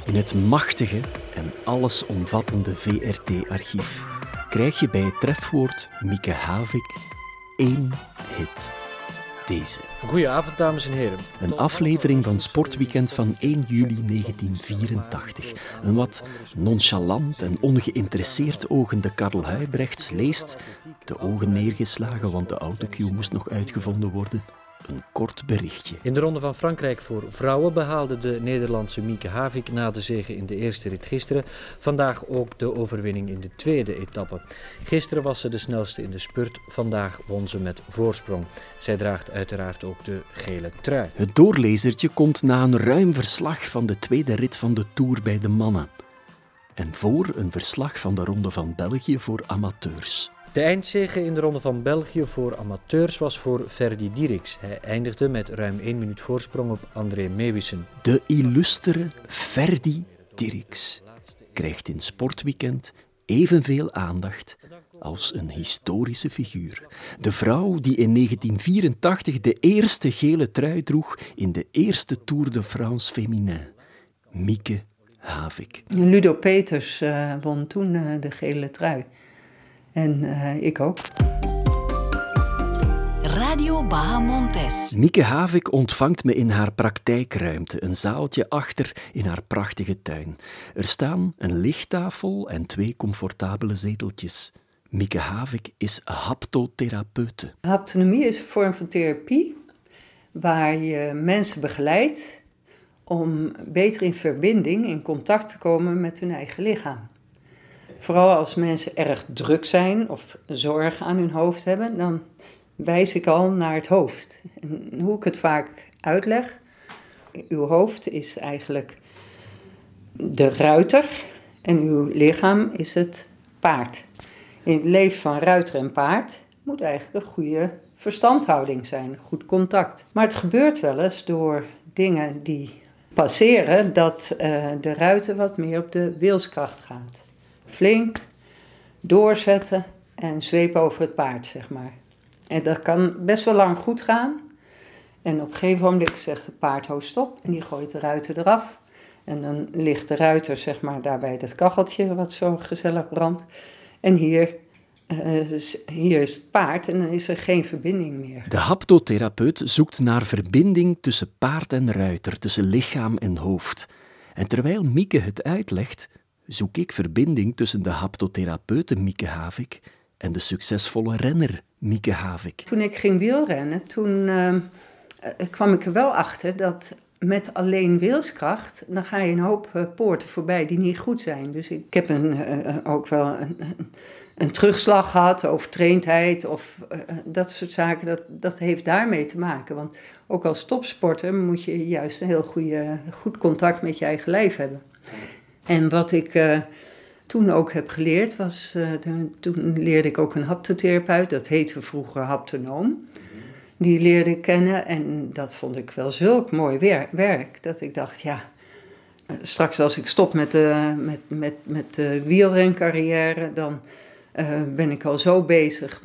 In het machtige en allesomvattende VRT-archief krijg je bij het trefwoord Mieke Havik 1 hit. Deze. Goedenavond, dames en heren. Een aflevering van Sportweekend van 1 juli 1984. Een wat nonchalant en ongeïnteresseerd ogende Karl Huybrechts leest, de ogen neergeslagen, want de autocue moest nog uitgevonden worden, een kort berichtje. In de Ronde van Frankrijk voor vrouwen behaalde de Nederlandse Mieke Havik na de zege in de eerste rit gisteren vandaag ook de overwinning in de tweede etappe. Gisteren was ze de snelste in de spurt, vandaag won ze met voorsprong. Zij draagt uiteraard ook de gele trui. Het doorlezertje komt na een ruim verslag van de tweede rit van de Tour bij de mannen. En voor een verslag van de Ronde van België voor amateurs. De eindzege in de Ronde van België voor amateurs was voor Ferdy Dierix. Hij eindigde met ruim 1 minuut voorsprong op André Meeuwissen. De illustere Ferdy Dierix krijgt in Sportweekend evenveel aandacht als een historische figuur. De vrouw die in 1984 de eerste gele trui droeg in de eerste Tour de France Féminin. Mieke Havik. Ludo Peeters won toen de gele trui. En ik ook. Radio Bahamontes. Mieke Havik ontvangt me in haar praktijkruimte, een zaaltje achter in haar prachtige tuin. Er staan een lichttafel en 2 comfortabele zeteltjes. Mieke Havik is haptotherapeute. Haptonomie is een vorm van therapie waar je mensen begeleidt om beter in verbinding, in contact te komen met hun eigen lichaam. Vooral als mensen erg druk zijn of zorgen aan hun hoofd hebben, dan wijs ik al naar het hoofd. En hoe ik het vaak uitleg, uw hoofd is eigenlijk de ruiter en uw lichaam is het paard. In het leven van ruiter en paard moet eigenlijk een goede verstandhouding zijn, goed contact. Maar het gebeurt wel eens door dingen die passeren dat de ruiter wat meer op de wilskracht gaat. Flink doorzetten en zwepen over het paard, zeg maar. En dat kan best wel lang goed gaan. En op een gegeven moment zegt het paard, ho stop, en die gooit de ruiter eraf. En dan ligt de ruiter, zeg maar, daarbij dat kacheltje wat zo gezellig brandt. En hier is het paard en dan is er geen verbinding meer. De haptotherapeut zoekt naar verbinding tussen paard en ruiter, tussen lichaam en hoofd. En terwijl Mieke het uitlegt, zoek ik verbinding tussen de haptotherapeute Mieke Havik en de succesvolle renner Mieke Havik. Toen ik ging wielrennen, toen kwam ik er wel achter dat met alleen wilskracht, dan ga je een hoop poorten voorbij die niet goed zijn. Dus ik heb ook wel een terugslag gehad, overtraindheid of dat soort zaken. Dat heeft daarmee te maken. Want ook als topsporter moet je juist een heel goed contact met je eigen lijf hebben. En wat ik toen ook heb geleerd was, toen leerde ik ook een haptotherapeut, dat heette vroeger haptonoom. Die leerde ik kennen en dat vond ik wel zulk mooi werk, dat ik dacht, ja, straks als ik stop met de wielrencarrière, dan ben ik al zo bezig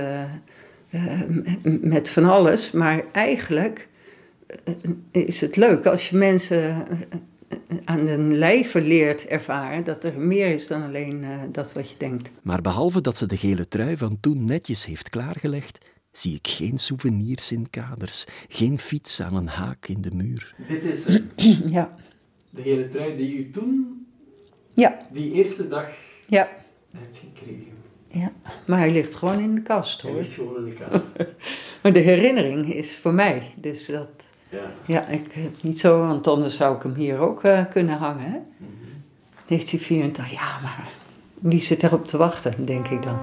met van alles. Maar eigenlijk is het leuk als je mensen aan de lijve leert ervaren dat er meer is dan alleen dat wat je denkt. Maar behalve dat ze de gele trui van toen netjes heeft klaargelegd, zie ik geen souvenirs in kaders, geen fiets aan een haak in de muur. Dit is ja. De gele trui die u toen, die eerste dag, hebt gekregen. Ja, maar hij ligt gewoon in de kast, hoor. Hij ligt gewoon in de kast. Maar de herinnering is voor mij, dus dat... Ja, ik heb niet zo, want anders zou ik hem hier ook kunnen hangen, hè? 1984, ja, maar wie zit erop te wachten, denk ik dan.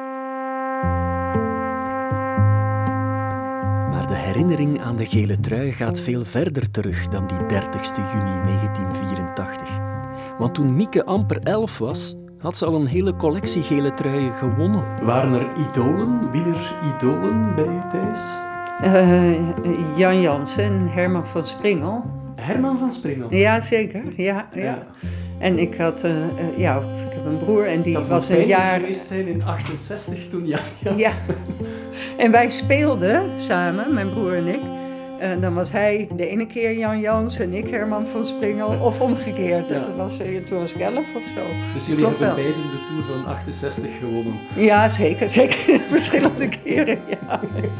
Maar de herinnering aan de gele trui gaat veel verder terug dan die 30 juni 1984. Want toen Mieke amper 11 was, had ze al een hele collectie gele truien gewonnen. Waren er idolen, wieleridolen bij u thuis? Jan Jansen en Herman van Springel. Herman van Springel? Ja, zeker. Ja. En ik had, ik heb een broer en die dat was een jaar... geweest zijn in 68 toen Jan Jansen. Ja. En wij speelden samen, mijn broer en ik, Dan was hij de ene keer Jan Jans en ik Herman van Springel, of omgekeerd. Ja. Toen was ik 11 of zo. Dus jullie hebben beiden de Tour van 68 gewonnen? Ja, zeker. Verschillende keren, ja.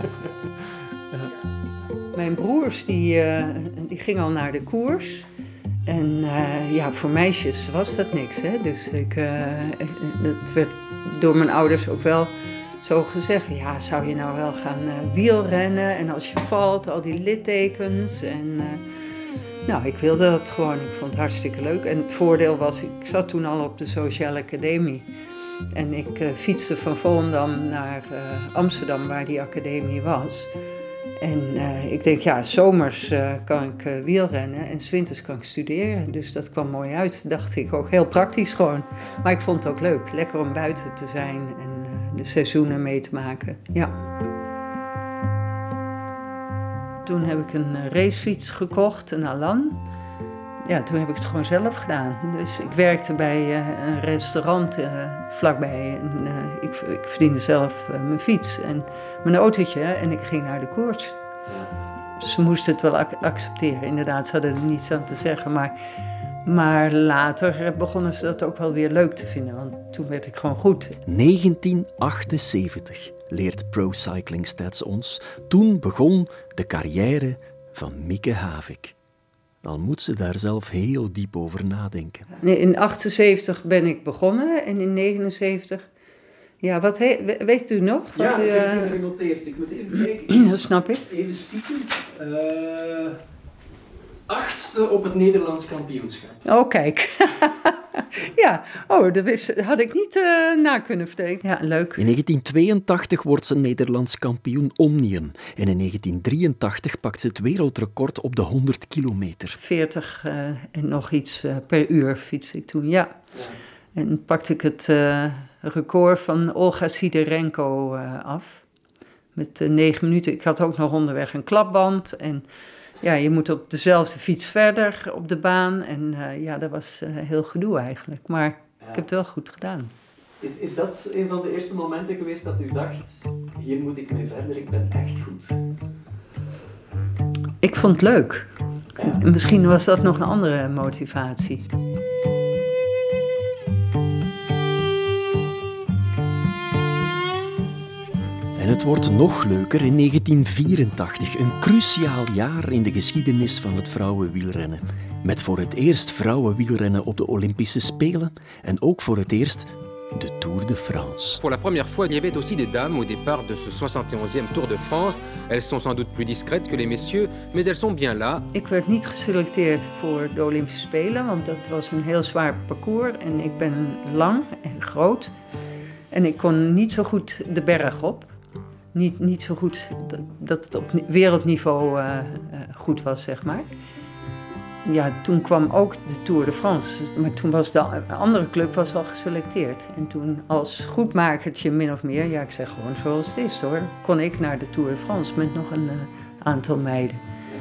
Mijn broers die gingen al naar de koers. En voor meisjes was dat niks. Hè? Dus dat werd door mijn ouders ook wel zo gezegd. Ja, zou je nou wel gaan wielrennen? En als je valt, al die littekens. En ik wilde dat gewoon. Ik vond het hartstikke leuk. En het voordeel was, ik zat toen al op de Sociale Academie. En ik fietste van Volendam naar Amsterdam, waar die academie was. En ik denk, zomers kan ik wielrennen en 's winters kan ik studeren. Dus dat kwam mooi uit, dacht ik. Ook heel praktisch gewoon. Maar ik vond het ook leuk. Lekker om buiten te zijn en de seizoenen mee te maken. Ja. Toen heb ik een racefiets gekocht, een Alan. Ja, toen heb ik het gewoon zelf gedaan. Dus ik werkte bij een restaurant vlakbij. En ik verdiende zelf mijn fiets en mijn autootje. En ik ging naar de koers. Dus ze moesten het wel accepteren. Inderdaad, ze hadden er niets aan te zeggen. Maar later begonnen ze dat ook wel weer leuk te vinden. Want toen werd ik gewoon goed. 1978 leert Pro Cycling Stats ons. Toen begon de carrière van Mieke Havik. Al moet ze daar zelf heel diep over nadenken. Nee, in 78 ben ik begonnen en in 79... Ja, weet u nog? Ik heb het genoteerd. Ik moet even kijken. Dat snap ik. Even spieken. 8e op het Nederlands kampioenschap. Oh, kijk. Ja, dat had ik niet na kunnen vertellen. Ja, leuk. In 1982 wordt ze Nederlands kampioen Omnium. En in 1983 pakt ze het wereldrecord op de 100 kilometer. 40 en nog iets per uur fiets ik toen, ja. En pakte ik het record van Olga Sidorenko af. Met 9 minuten. Ik had ook nog onderweg een klapband. En ja, je moet op dezelfde fiets verder op de baan. En dat was heel gedoe eigenlijk. Maar ik heb het wel goed gedaan. Is dat een van de eerste momenten geweest dat u dacht, hier moet ik mee verder, ik ben echt goed? Ik vond het leuk. Ja. Misschien was dat nog een andere motivatie. En het wordt nog leuker in 1984, een cruciaal jaar in de geschiedenis van het vrouwenwielrennen. Met voor het eerst vrouwenwielrennen op de Olympische Spelen en ook voor het eerst de Tour de France. Pour la première fois, il y avait aussi des dames au départ de ce 71e Tour de France. Elles sont sans doute plus discrètes que les messieurs, mais elles sont bien là. Ik werd niet geselecteerd voor de Olympische Spelen, want dat was een heel zwaar parcours. En ik ben lang en groot. En ik kon niet zo goed de berg op. Niet zo goed dat het op wereldniveau goed was, zeg maar. Ja, toen kwam ook de Tour de France. Maar toen was de andere club al geselecteerd. En toen als goedmakertje min of meer, ja, ik zeg gewoon zoals het is hoor, kon ik naar de Tour de France met nog een aantal meiden.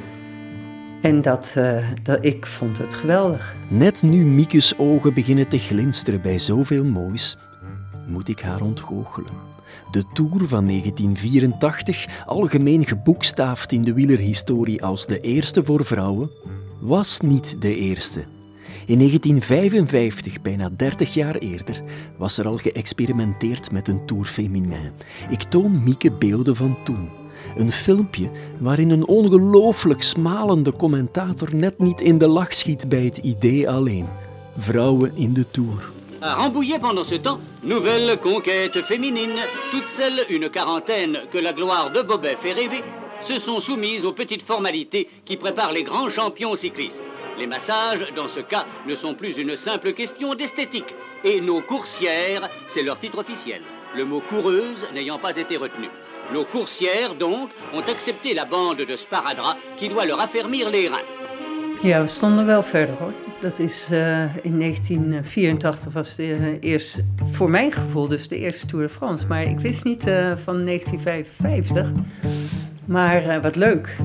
En ik vond het geweldig. Net nu Miekes ogen beginnen te glinsteren bij zoveel moois, moet ik haar ontgoochelen. De Tour van 1984, algemeen geboekstaafd in de wielerhistorie als de eerste voor vrouwen, was niet de eerste. In 1955, bijna 30 jaar eerder, was er al geëxperimenteerd met een Tour féminin. Ik toon Mieke beelden van toen. Een filmpje waarin een ongelooflijk smalende commentator net niet in de lach schiet bij het idee alleen. Vrouwen in de Tour. À Rambouillet pendant ce temps, nouvelle conquête féminine. Toutes celles, une quarantaine, que la gloire de Bobet fait rêver, se sont soumises aux petites formalités qui préparent les grands champions cyclistes. Les massages, dans ce cas, ne sont plus une simple question d'esthétique. Et nos coursières, c'est leur titre officiel. Le mot coureuse n'ayant pas été retenu. Nos coursières, donc, ont accepté la bande de sparadrap qui doit leur affermir les reins. Ja, we stonden wel verder hoor. Dat is in 1984 was de eerste, voor mijn gevoel dus de eerste Tour de France. Maar ik wist niet van 1955. Maar wat leuk.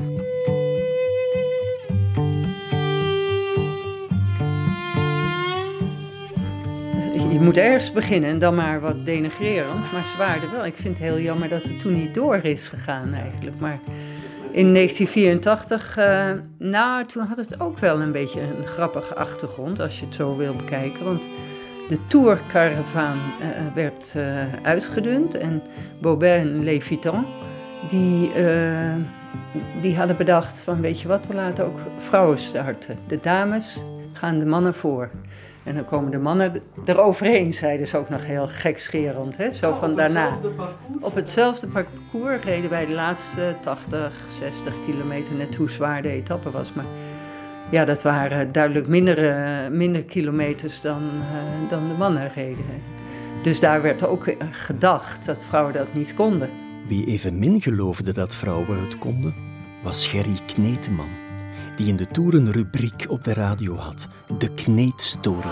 Je moet ergens beginnen en dan maar wat denigrerend. Maar ze waren er wel. Ik vind het heel jammer dat het toen niet door is gegaan eigenlijk. Maar In 1984, toen had het ook wel een beetje een grappige achtergrond, als je het zo wil bekijken. Want de Tourcaravaan werd uitgedund en Bobet en Le Vitan, die hadden bedacht van, weet je wat, we laten ook vrouwen starten. De dames gaan de mannen voor. En dan komen de mannen eroverheen, zeiden ze ook nog heel gekscherend. Hè? Zo van daarna. Op hetzelfde parcours reden wij de laatste 80, 60 kilometer, net hoe zwaar de etappe was. Maar ja, dat waren duidelijk minder kilometers dan de mannen reden. Dus daar werd ook gedacht dat vrouwen dat niet konden. Wie evenmin geloofde dat vrouwen het konden, was Gerry Kneteman, die in de Tour een rubriek op de radio had, de Kneetstory.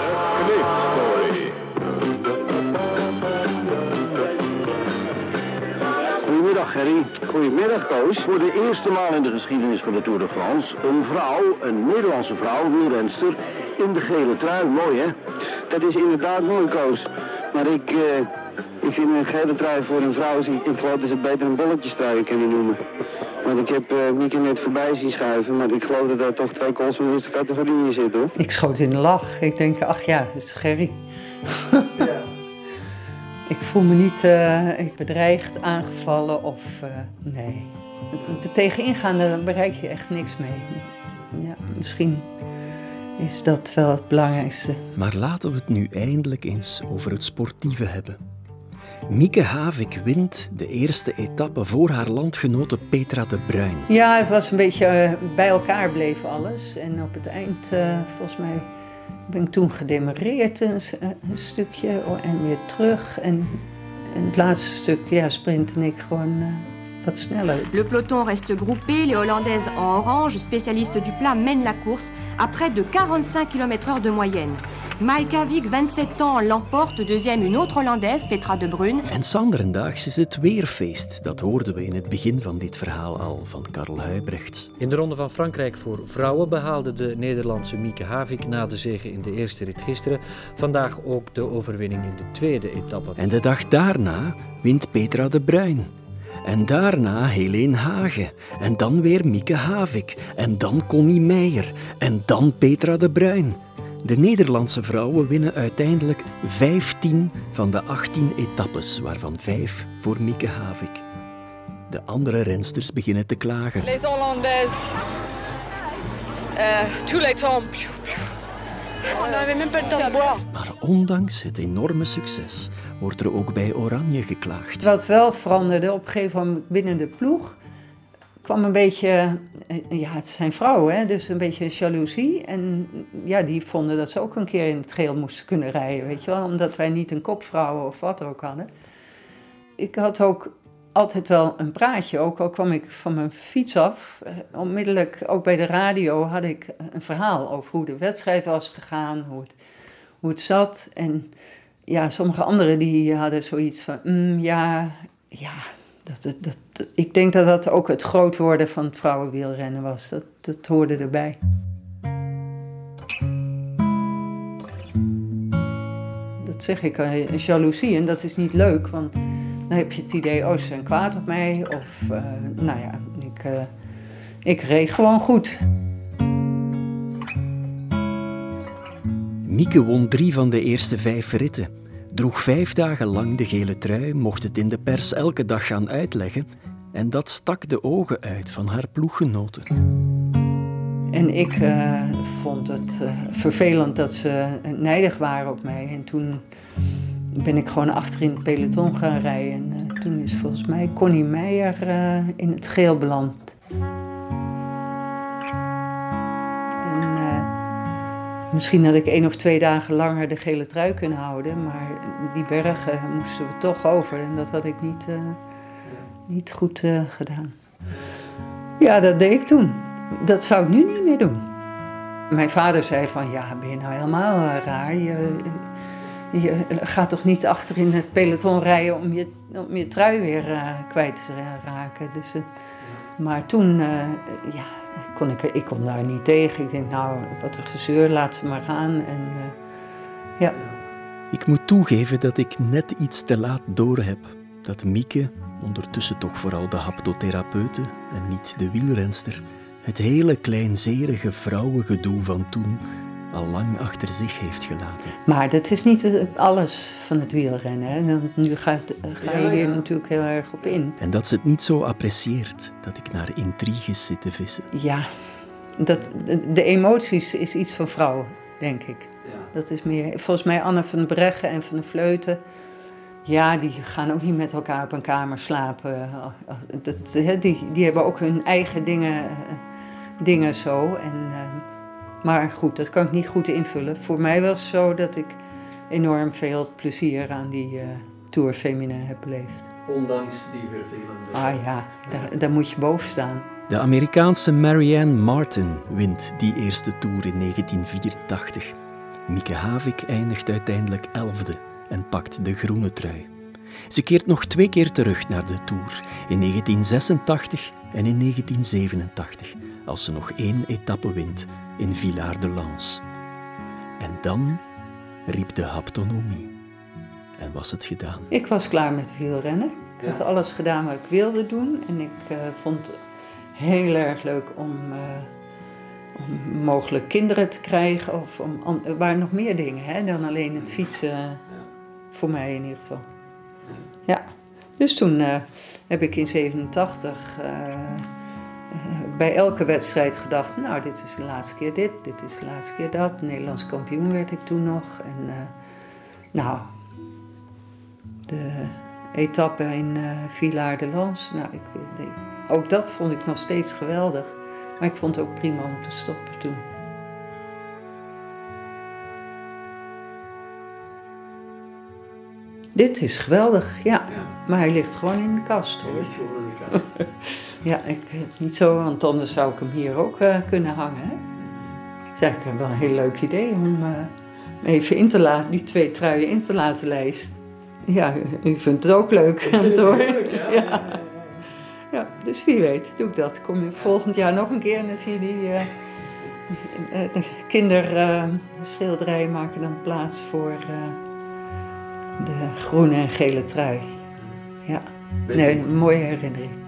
Goedemiddag Gerry. Goedemiddag Koos. Voor de eerste maal in de geschiedenis van de Tour de France een vrouw, een Nederlandse vrouw, wielrenster, in de gele trui. Mooi hè? Dat is inderdaad mooi Koos. Maar ik vind een gele trui voor een vrouw, ik geloof dat ze het beter een bolletjestrui kunnen noemen. Want ik heb Mieke net voorbij zien schuiven, maar ik geloof dat daar toch 2 kools van de eerste categorie in zitten hoor. Ik schoot in de lach. Ik denk, ach ja, dat is Gerry. Ja. Ik voel me niet bedreigd, aangevallen of nee. De tegeningaande, daar bereik je echt niks mee. Ja, misschien is dat wel het belangrijkste. Maar laten we het nu eindelijk eens over het sportieve hebben. Mieke Havik wint de eerste etappe voor haar landgenote Petra de Bruin. Ja, het was een beetje bij elkaar bleef alles. En op het eind, volgens mij, ben ik toen gedemarreerd een stukje en weer terug. En het laatste stuk, ja, sprintte ik gewoon wat sneller. Le peloton reste groupé, les Hollandaises en orange, spécialistes du plat, mènent la course à près de 45 km/h de moyenne. Maaike Havik, 27 ans, l'emporte. Deuxième, une autre Hollandaise, Petra de Bruin. En zanderendaags is het weer feest. Dat hoorden we in het begin van dit verhaal al van Karel Huybrechts. In de Ronde van Frankrijk voor vrouwen behaalde de Nederlandse Mieke Havik na de zege in de eerste rit gisteren vandaag ook de overwinning in de tweede etappe. En de dag daarna wint Petra de Bruin. En daarna Helene Hagen. En dan weer Mieke Havik. En dan Connie Meijer. En dan Petra de Bruin. De Nederlandse vrouwen winnen uiteindelijk 15 van de 18 etappes, waarvan 5 voor Mieke Havik. De andere rensters beginnen te klagen. Les Hollandaises, tous les temps. On n'avait même pas le temps de boire. Maar ondanks het enorme succes wordt er ook bij Oranje geklaagd. Wat wel veranderde op een gegeven moment binnen de ploeg, kwam een beetje, ja, het zijn vrouwen, hè, dus een beetje jaloezie. En ja, die vonden dat ze ook een keer in het geel moesten kunnen rijden, weet je wel. Omdat wij niet een kopvrouw of wat ook hadden. Ik had ook altijd wel een praatje, ook al kwam ik van mijn fiets af. Onmiddellijk, ook bij de radio, had ik een verhaal over hoe de wedstrijd was gegaan, hoe het zat. En ja, sommige anderen die hadden zoiets van, ik denk dat dat ook het groot worden van het vrouwenwielrennen was. Dat hoorde erbij. Dat zeg ik, jaloezie. En dat is niet leuk, want dan heb je het idee, ze zijn kwaad op mij. Of, ik reed gewoon goed. Mieke won 3 van de eerste 5 ritten. Droeg 5 dagen lang de gele trui, mocht het in de pers elke dag gaan uitleggen. En dat stak de ogen uit van haar ploeggenoten. En ik vond het vervelend dat ze nijdig waren op mij. En toen ben ik gewoon achter in het peloton gaan rijden. En toen is volgens mij Connie Meijer in het geel beland. Misschien had ik 1 of 2 dagen langer de gele trui kunnen houden, maar die bergen moesten we toch over en dat had ik niet goed gedaan. Ja, dat deed ik toen. Dat zou ik nu niet meer doen. Mijn vader zei van, ja, ben je nou helemaal raar? Je gaat toch niet achter in het peloton rijden om je trui weer kwijt te raken. Dus, maar toen, ik kon daar niet tegen. Ik denk, nou, wat een gezeur, laat ze maar gaan. En, ja. Ik moet toegeven dat ik net iets te laat doorheb dat Mieke ondertussen toch vooral de haptotherapeute en niet de wielrenster, het hele kleinzerige vrouwengedoe van toen al lang achter zich heeft gelaten. Maar dat is niet alles van het wielrennen. Hè. Nu ga je hier natuurlijk heel erg op in. En dat ze het niet zo apprecieert dat ik naar intriges zit te vissen. Ja, de emoties is iets van vrouwen, denk ik. Ja. Dat is meer, volgens mij Anne van Breggen en Van der Vleuten, ja, die gaan ook niet met elkaar op een kamer slapen. Die hebben ook hun eigen dingen zo. Maar goed, dat kan ik niet goed invullen. Voor mij was het zo dat ik enorm veel plezier aan die Tour Féminin heb beleefd. Ondanks die vervelende... Ah ja, daar moet je boven staan. De Amerikaanse Marianne Martin wint die eerste Tour in 1984. Mieke Havik eindigt uiteindelijk 11e en pakt de groene trui. Ze keert nog 2 keer terug naar de Tour, in 1986 en in 1987, als ze nog 1 etappe wint in Villard-de-Lans. En dan riep de haptonomie. En was het gedaan. Ik was klaar met wielrennen. Ik had alles gedaan wat ik wilde doen. En ik vond het heel erg leuk om mogelijk kinderen te krijgen. Er waren nog meer dingen dan alleen het fietsen. Voor mij in ieder geval. Ja. Dus toen heb ik in 87 bij elke wedstrijd gedacht, nou, dit is de laatste keer dit is de laatste keer dat. Nederlands kampioen werd ik toen nog. En de etappe in Villard-de-Lans, ook dat vond ik nog steeds geweldig. Maar ik vond het ook prima om te stoppen toen. Dit is geweldig, ja. Maar hij ligt gewoon in de kast, hoor. Hij ligt gewoon in de kast. Ja, ik niet zo, want anders zou ik hem hier ook kunnen hangen. Hè? Dat is eigenlijk wel een heel leuk idee om even die 2 truien in te laten lijsten. Ja, u vindt het ook leuk. Ik vind het ook leuk, ja. Ja, dus wie weet, doe ik dat. Kom je volgend jaar nog een keer en dan zie je die kinderschilderijen maken dan plaats voor de groene en gele trui. Ja, een mooie herinnering.